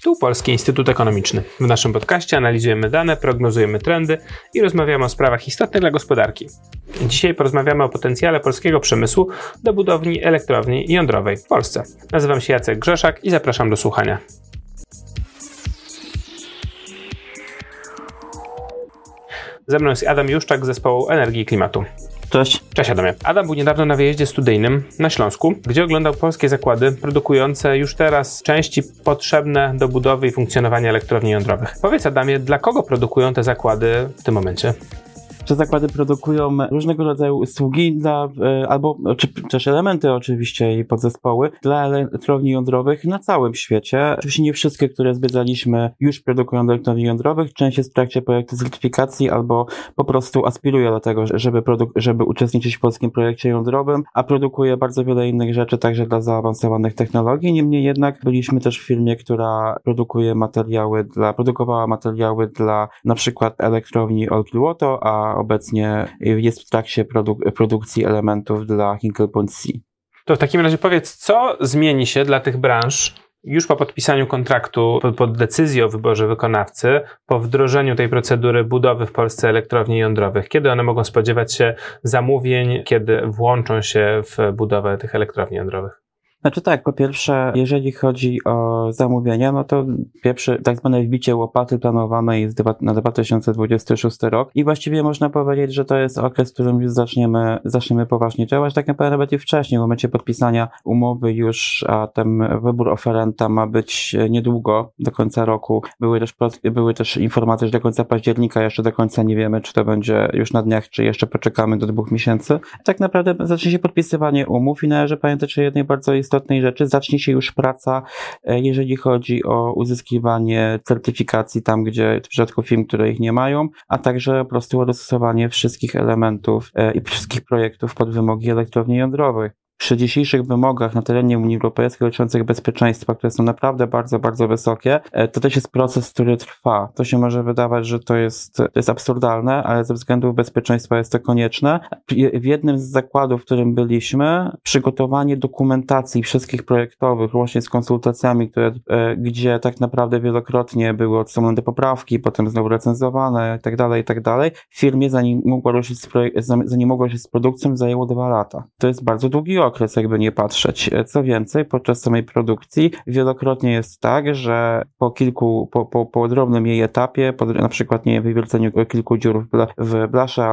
Tu Polski Instytut Ekonomiczny. W naszym podcaście analizujemy dane, prognozujemy trendy i rozmawiamy o sprawach istotnych dla gospodarki. Dzisiaj porozmawiamy o potencjale polskiego przemysłu do budowni elektrowni jądrowej w Polsce. Nazywam się Jacek Grzeszak i zapraszam do słuchania. Ze mną jest Adam Juszczak z Zespołu Energii i Klimatu. Cześć. Cześć Adamie. Adam był niedawno na wyjeździe studyjnym na Śląsku, gdzie oglądał polskie zakłady produkujące już teraz części potrzebne do budowy i funkcjonowania elektrowni jądrowych. Powiedz Adamie, dla kogo produkują te zakłady w tym momencie? Te zakłady produkują różnego rodzaju usługi czy też elementy oczywiście i podzespoły dla elektrowni jądrowych na całym świecie. Oczywiście nie wszystkie, które zwiedzaliśmy, już produkują elektrowni jądrowych. Część jest w trakcie projektu certyfikacji albo po prostu aspiruje do tego, żeby uczestniczyć w polskim projekcie jądrowym, a produkuje bardzo wiele innych rzeczy także dla zaawansowanych technologii. Niemniej jednak byliśmy też w firmie, która produkowała materiały dla na przykład elektrowni Olkiluoto, a obecnie jest w trakcie produkcji elementów dla Hinkley Point C. To w takim razie powiedz, co zmieni się dla tych branż już po podpisaniu kontraktu, po decyzji o wyborze wykonawcy, po wdrożeniu tej procedury budowy w Polsce elektrowni jądrowych? Kiedy one mogą spodziewać się zamówień, kiedy włączą się w budowę tych elektrowni jądrowych? Znaczy tak, po pierwsze, jeżeli chodzi o zamówienia, no to pierwsze tak zwane wbicie łopaty planowane jest na 2026 rok i właściwie można powiedzieć, że to jest okres, w którym już zaczniemy poważnie działać, tak naprawdę nawet i wcześniej, w momencie podpisania umowy już, a ten wybór oferenta ma być niedługo, do końca roku. Były też informacje, że do końca października, jeszcze do końca nie wiemy, czy to będzie już na dniach, czy jeszcze poczekamy do 2 miesięcy. Tak naprawdę zacznie się podpisywanie umów i należy pamiętać o jednej bardzo istotnej rzeczy. Zacznie się już praca, jeżeli chodzi o uzyskiwanie certyfikacji tam, gdzie w przypadku firm, które ich nie mają, a także po prostu o dostosowanie wszystkich elementów i wszystkich projektów pod wymogi elektrowni jądrowych. Przy dzisiejszych wymogach na terenie Unii Europejskiej dotyczących bezpieczeństwa, które są naprawdę bardzo, bardzo wysokie, to też jest proces, który trwa. To się może wydawać, że to jest absurdalne, ale ze względów bezpieczeństwa jest to konieczne. W jednym z zakładów, w którym byliśmy, przygotowanie dokumentacji wszystkich projektowych, łącznie z konsultacjami, gdzie tak naprawdę wielokrotnie były odsyłane poprawki, potem znowu recenzowane i tak dalej. W firmie, zanim mogła ruszyć z produkcją, zajęło 2 lata. To jest bardzo długi okres, jakby nie patrzeć. Co więcej, podczas samej produkcji wielokrotnie jest tak, że po drobnym jej etapie, na przykład wywierceniu kilku dziur w blasze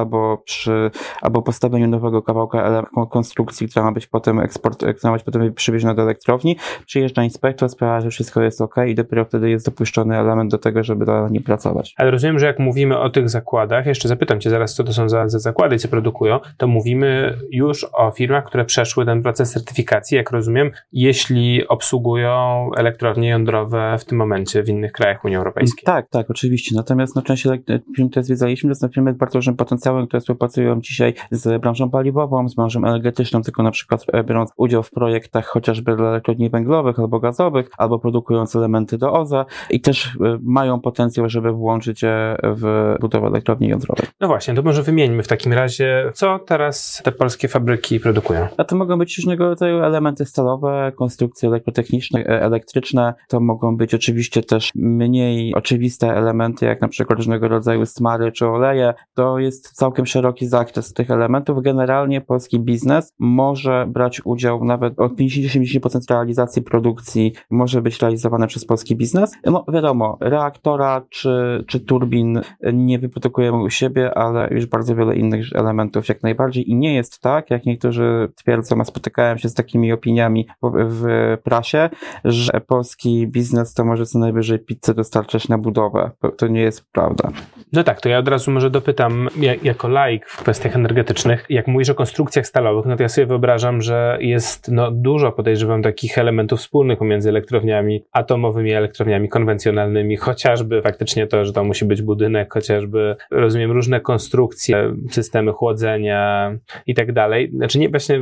albo postawieniu nowego kawałka konstrukcji, która ma być potem przywieziona do elektrowni, przyjeżdża inspektor, sprawia, że wszystko jest ok i dopiero wtedy jest dopuszczony element do tego, żeby na nim pracować. Ale rozumiem, że jak mówimy o tych zakładach, jeszcze zapytam Cię zaraz, co to są za zakłady, co produkują, to mówimy już o firmach, które przeszły ten proces certyfikacji, jak rozumiem, jeśli obsługują elektrownie jądrowe w tym momencie w innych krajach Unii Europejskiej. Tak, oczywiście. Natomiast część firm, które zwiedzaliśmy, to są firmy z bardzo dużym potencjałem, które współpracują dzisiaj z branżą paliwową, z branżą energetyczną, tylko na przykład biorąc udział w projektach chociażby dla elektrowni węglowych albo gazowych, albo produkując elementy do OZE i też mają potencjał, żeby włączyć je w budowę elektrowni jądrowej. No właśnie, to może wymieńmy w takim razie, co teraz te polskie fabryki produkują. A to mogą być różnego rodzaju elementy stalowe, konstrukcje elektrotechniczne, elektryczne. To mogą być oczywiście też mniej oczywiste elementy, jak na przykład różnego rodzaju smary czy oleje. To jest całkiem szeroki zakres tych elementów. Generalnie polski biznes może brać udział nawet od 50-70% realizacji produkcji może być realizowane przez polski biznes. No wiadomo, reaktora czy turbin nie wyprodukujemy u siebie, ale już bardzo wiele innych elementów jak najbardziej i nie jest tak, jak niektórzy twierdzą, a spotykałem się z takimi opiniami w prasie, że polski biznes to może co najwyżej pizzę dostarczać na budowę. To nie jest prawda. No tak, to ja od razu może dopytam, jako laik w kwestiach energetycznych, jak mówisz o konstrukcjach stalowych, no to ja sobie wyobrażam, że jest dużo, podejrzewam, takich elementów wspólnych pomiędzy elektrowniami atomowymi, elektrowniami konwencjonalnymi, chociażby faktycznie to, że to musi być budynek, chociażby, rozumiem, różne konstrukcje, systemy chłodzenia i tak dalej. Znaczy nie, właśnie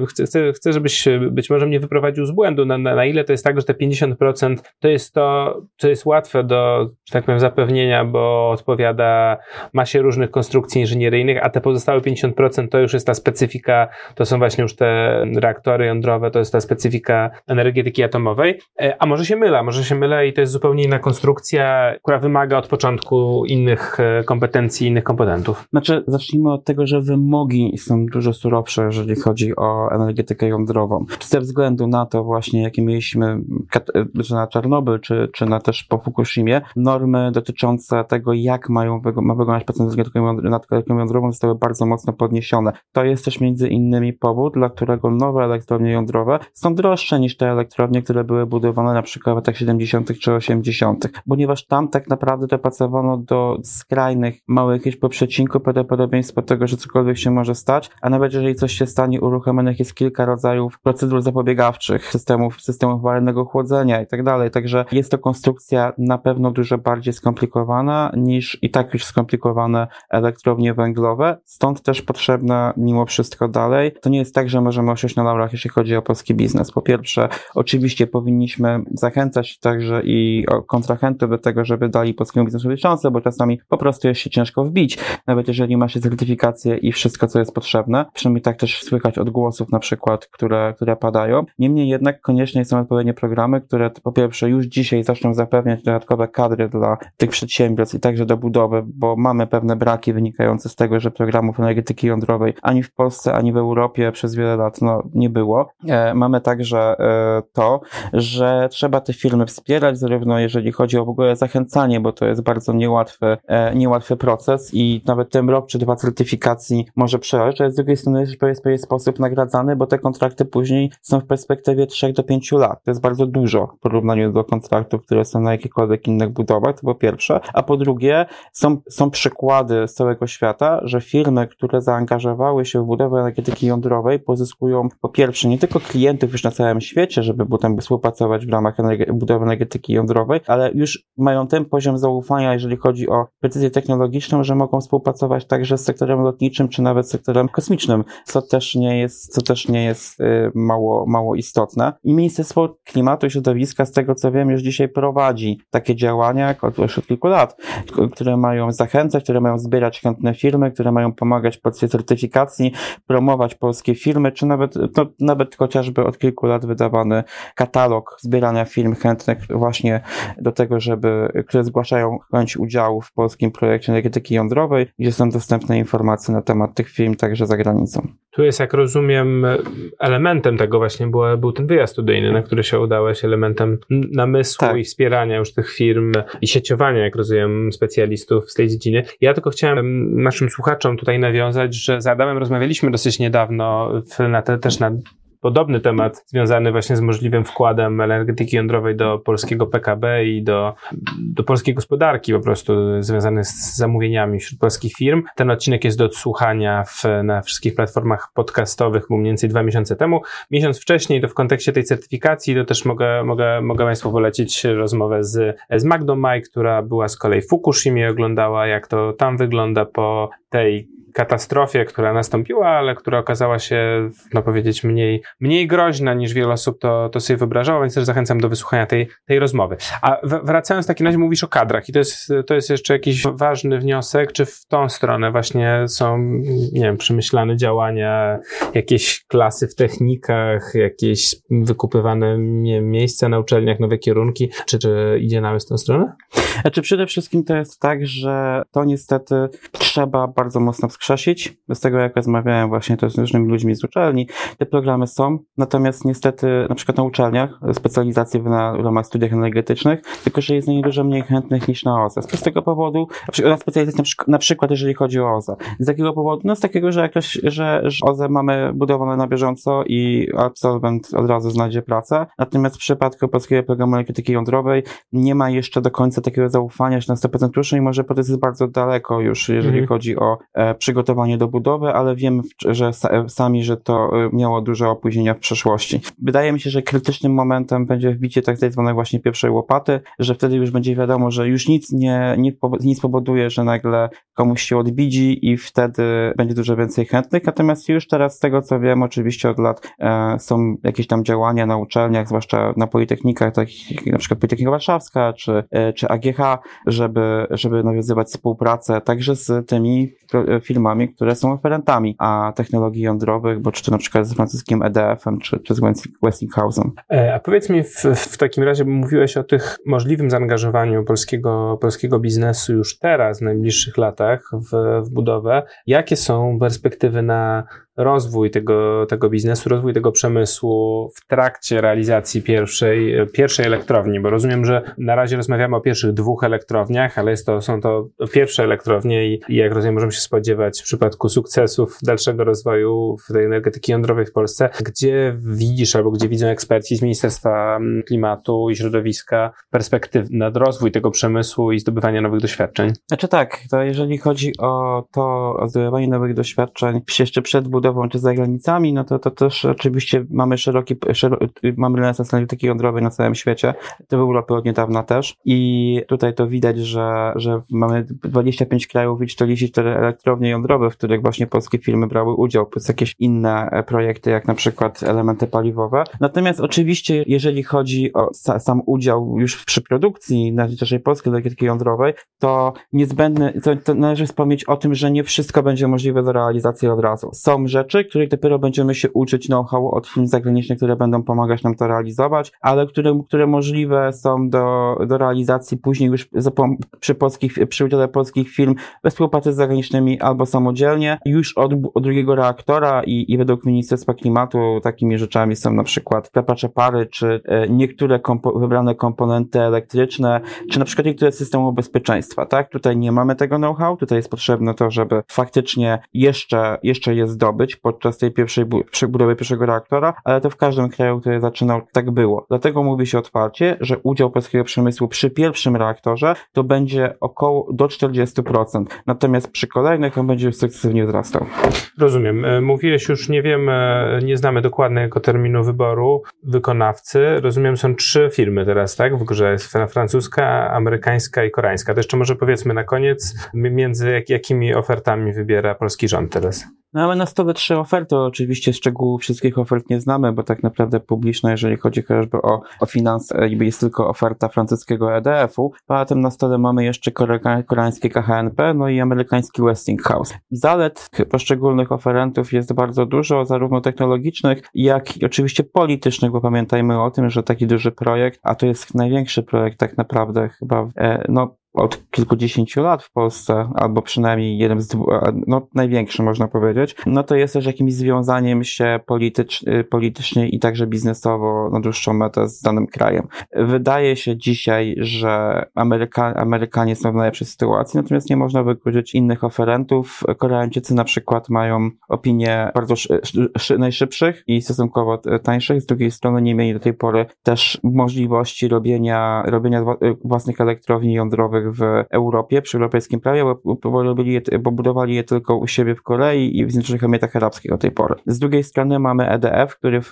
chcę, żebyś być może mnie wyprowadził z błędu, na ile to jest tak, że te 50% to jest to, co jest łatwe do, że tak powiem, zapewnienia, bo odpowiada masie różnych konstrukcji inżynieryjnych, a te pozostałe 50% to już jest ta specyfika, to są właśnie już te reaktory jądrowe, to jest ta specyfika energetyki atomowej, a może się mylę i to jest zupełnie inna konstrukcja, która wymaga od początku innych kompetencji, innych komponentów. Znaczy, zacznijmy od tego, że wymogi są dużo surowsze, jeżeli chodzi o energetykę jądrową. Ze względu na to właśnie, jakie mieliśmy na Czarnobyl, czy na też po Fukushimie, normy dotyczące tego, jak ma wyglądać praca nad energetyką jądrową, zostały bardzo mocno podniesione. To jest też między innymi powód, dla którego nowe elektrownie jądrowe są droższe niż te elektrownie, które były budowane na przykład w latach 70. czy 80., ponieważ tam tak naprawdę dopracowano do skrajnych, małych jakichś po przecinku prawdopodobieństwo tego, że cokolwiek się może stać, a nawet jeżeli coś się stanie, uruchomionych jest kilka rodzajów procedur zapobiegawczych, systemów awaryjnego chłodzenia i tak dalej, także jest to konstrukcja na pewno dużo bardziej skomplikowana niż i tak już skomplikowane elektrownie węglowe, stąd też potrzebna mimo wszystko dalej. To nie jest tak, że możemy osiąść na laurach, jeśli chodzi o polski biznes. Po pierwsze, oczywiście powinniśmy zachęcać także i kontrahentów do tego, żeby dali polskiemu biznesowi szansę, bo czasami po prostu jest się ciężko wbić, nawet jeżeli ma się certyfikację i wszystko, co jest potrzebne. Przynajmniej tak też słychać odgłosów na przykład, które padają. Niemniej jednak koniecznie są odpowiednie programy, które po pierwsze już dzisiaj zaczną zapewniać dodatkowe kadry dla tych przedsiębiorstw i także do budowy, bo mamy pewne braki wynikające z tego, że programów energetyki jądrowej ani w Polsce, ani w Europie przez wiele lat nie było. Mamy także to, że trzeba te firmy wspierać, zarówno jeżeli chodzi o w ogóle zachęcanie, bo to jest bardzo niełatwy proces i nawet ten rok czy dwa certyfikacji może przeżyć, ale z drugiej strony jest w pewien sposób nagradzany, bo te kontrakty później są w perspektywie 3 do 5 lat. To jest bardzo dużo w porównaniu do kontraktów, które są na jakichkolwiek innych budowach, to po pierwsze, a po drugie są przykłady z całego świata, że firmy, które zaangażowały się w budowę energetyki jądrowej, pozyskują po pierwsze nie tylko klientów już na całym świecie, żeby potem współpracować w ramach budowy energetyki jądrowej, ale już mają ten poziom zaufania, jeżeli chodzi o precyzję technologiczną, że mogą współpracować także z sektorem lotniczym, czy nawet sektorem kosmicznym, co też nie jest mało istotne. I Ministerstwo Klimatu i Środowiska, z tego co wiem, już dzisiaj prowadzi takie działania już od kilku lat, które mają zachęcać, które mają zbierać chętne firmy, które mają pomagać w procesie certyfikacji, promować polskie firmy, czy nawet chociażby od kilku lat wydawany katalog zbierania firm chętnych właśnie do tego, które zgłaszają chęć udziału w polskim projekcie energetyki jądrowej, gdzie są dostępne informacje na temat tych firm także za granicą. Tu jest, jak rozumiem, elementem tego właśnie był ten wyjazd studyjny, na który się udałeś, elementem namysłu i wspierania już tych firm i sieciowania, jak rozumiem, specjalistów z tej dziedziny. Ja tylko chciałem naszym słuchaczom tutaj nawiązać, że z Adamem rozmawialiśmy dosyć niedawno też na podobny temat związany właśnie z możliwym wkładem energetyki jądrowej do polskiego PKB i do polskiej gospodarki po prostu, związany z zamówieniami wśród polskich firm. Ten odcinek jest do odsłuchania na wszystkich platformach podcastowych, był mniej więcej 2 miesiące temu. Miesiąc wcześniej, to w kontekście tej certyfikacji, to też mogę Państwu polecić rozmowę z Magdą Maj, która była z kolei w Fukushimie, oglądała, jak to tam wygląda po tej katastrofie, która nastąpiła, ale która okazała się, powiedzieć, mniej groźna niż wiele osób to sobie wyobrażało, więc też zachęcam do wysłuchania tej rozmowy. A wracając w takim razie, mówisz o kadrach i to jest jeszcze jakiś ważny wniosek, czy w tą stronę właśnie są, nie wiem, przemyślane działania, jakieś klasy w technikach, jakieś wykupywane miejsca na uczelniach, nowe kierunki, czy idzie nawet w tą stronę? Znaczy przede wszystkim to jest tak, że to niestety trzeba bardzo mocno wskrzesić. Z tego, jak rozmawiałem właśnie to z różnymi ludźmi z uczelni, te programy są, natomiast niestety na przykład na uczelniach specjalizacje w ramach studiach energetycznych, tylko że jest dużo mniej chętnych niż na OZE. Z tego powodu, na specjalizację na przykład jeżeli chodzi o OZE. Z jakiego powodu? No z takiego, że OZE mamy budowane na bieżąco i absolwent od razu znajdzie pracę. Natomiast w przypadku polskiego programu energetyki jądrowej nie ma jeszcze do końca takiego zaufania, że na 100% ruszy, mimo że proces jest bardzo daleko już, jeżeli chodzi o przygotowanie do budowy, ale wiemy, że że to miało duże opóźnienia w przeszłości. Wydaje mi się, że krytycznym momentem będzie wbicie tak zwanej właśnie pierwszej łopaty, że wtedy już będzie wiadomo, że już nic nie spowoduje, że nagle komuś się odbidzi i wtedy będzie dużo więcej chętnych. Natomiast już teraz z tego, co wiem, oczywiście od lat są jakieś tam działania na uczelniach, zwłaszcza na politechnikach, takich jak na przykład Politechnika Warszawska czy AGH, żeby nawiązywać współpracę także z tymi firmami, które są oferentami technologii jądrowych, bo czy to na przykład z francuskim EDF-em, czy z Westinghouse'em. A powiedz mi w takim razie, bo mówiłeś o tych możliwym zaangażowaniu polskiego biznesu już teraz, w najbliższych latach w budowę. Jakie są perspektywy na rozwój tego biznesu, rozwój tego przemysłu w trakcie realizacji pierwszej elektrowni, bo rozumiem, że na razie rozmawiamy o pierwszych 2 elektrowniach, ale są to pierwsze elektrownie i jak rozumiem, możemy się spodziewać w przypadku sukcesów dalszego rozwoju w tej energetyki jądrowej w Polsce. Gdzie widzisz albo gdzie widzą eksperci z Ministerstwa Klimatu i Środowiska perspektyw na rozwój tego przemysłu i zdobywanie nowych doświadczeń? Znaczy tak, to jeżeli chodzi o zdobywanie nowych doświadczeń jeszcze przed budową czy za granicami, no to też oczywiście mamy mamy renesans energetyki jądrowej na całym świecie, to w Europie od niedawna też i tutaj to widać, że mamy 25 krajów i 44 elektrownie jądrowe, w których właśnie polskie firmy brały udział, plus jakieś inne projekty, jak na przykład elementy paliwowe. Natomiast oczywiście, jeżeli chodzi o sam udział już przy produkcji naszej polskiej energetyki jądrowej, to to należy wspomnieć o tym, że nie wszystko będzie możliwe do realizacji od razu. Są rzeczy, których dopiero będziemy się uczyć know-how od firm zagranicznych, które będą pomagać nam to realizować, ale które możliwe są do realizacji później już przy udziale polskich firm we współpracy z zagranicznymi albo samodzielnie, już od drugiego reaktora i według Ministerstwa Klimatu takimi rzeczami są na przykład klapacze pary, czy niektóre wybrane komponenty elektryczne, czy na przykład niektóre systemy bezpieczeństwa, tak? Tutaj nie mamy tego know-how, tutaj jest potrzebne to, żeby faktycznie jeszcze je zdobyć podczas tej budowy pierwszego reaktora, ale to w każdym kraju, który zaczynał, tak było. Dlatego mówi się otwarcie, że udział polskiego przemysłu przy pierwszym reaktorze to będzie około do 40%. Natomiast przy kolejnych on będzie sukcesywnie wzrastał. Rozumiem. Mówiłeś już, nie znamy dokładnego terminu wyboru wykonawcy. Rozumiem, są 3 firmy teraz, tak? W grze jest francuska, amerykańska i koreańska. To jeszcze może powiedzmy na koniec, między jakimi ofertami wybiera polski rząd teraz? No, mamy na stole 3 oferty, oczywiście szczegółów wszystkich ofert nie znamy, bo tak naprawdę publiczna, jeżeli chodzi chociażby o finanse, jest tylko oferta francuskiego EDF-u, a potem na stole mamy jeszcze koreańskie KHNP, no i amerykański Westinghouse. Zalet poszczególnych oferentów jest bardzo dużo, zarówno technologicznych, jak i oczywiście politycznych, bo pamiętajmy o tym, że taki duży projekt, a to jest największy projekt tak naprawdę chyba, od kilkudziesięciu lat w Polsce, albo przynajmniej jeden z największy można powiedzieć, no to jest też jakimś związaniem się politycznie i także biznesowo na dłuższą metę z danym krajem. Wydaje się dzisiaj, że Amerykanie są w najlepszej sytuacji, natomiast nie można wykluczyć innych oferentów. Koreańczycy na przykład mają opinię bardzo najszybszych i stosunkowo tańszych, z drugiej strony nie mieli do tej pory też możliwości robienia własnych elektrowni jądrowych w Europie, przy europejskim prawie, bo budowali je tylko u siebie w Korei i w Zjednoczonych Emiratach Arabskich do tej pory. Z drugiej strony mamy EDF,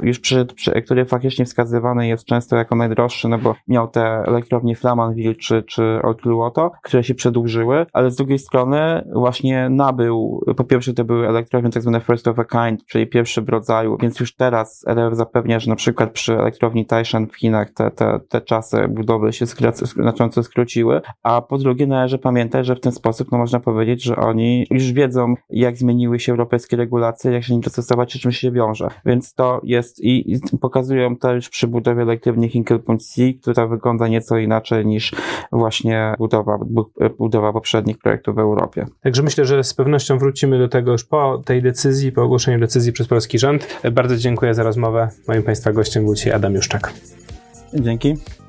który faktycznie wskazywany jest często jako najdroższy, no bo miał te elektrownie Flamanville czy Olkiluoto, które się przedłużyły, ale z drugiej strony właśnie nabył, po pierwsze to były elektrownie tak zwane first of a kind, czyli pierwszy w rodzaju, więc już teraz EDF zapewnia, że na przykład przy elektrowni Taishan w Chinach te czasy budowy się znacząco skróciły, a po drugie należy pamiętać, że w ten sposób można powiedzieć, że oni już wiedzą, jak zmieniły się europejskie regulacje, jak się nim dostosować, czym się wiąże. Więc to jest i pokazują to już przy budowie elektrowni Hinkley Point C, która wygląda nieco inaczej niż właśnie budowa poprzednich projektów w Europie. Także myślę, że z pewnością wrócimy do tego już po tej decyzji, po ogłoszeniu decyzji przez polski rząd. Bardzo dziękuję za rozmowę. Moim Państwa gościem był dzisiaj Adam Juszczak. Dzięki.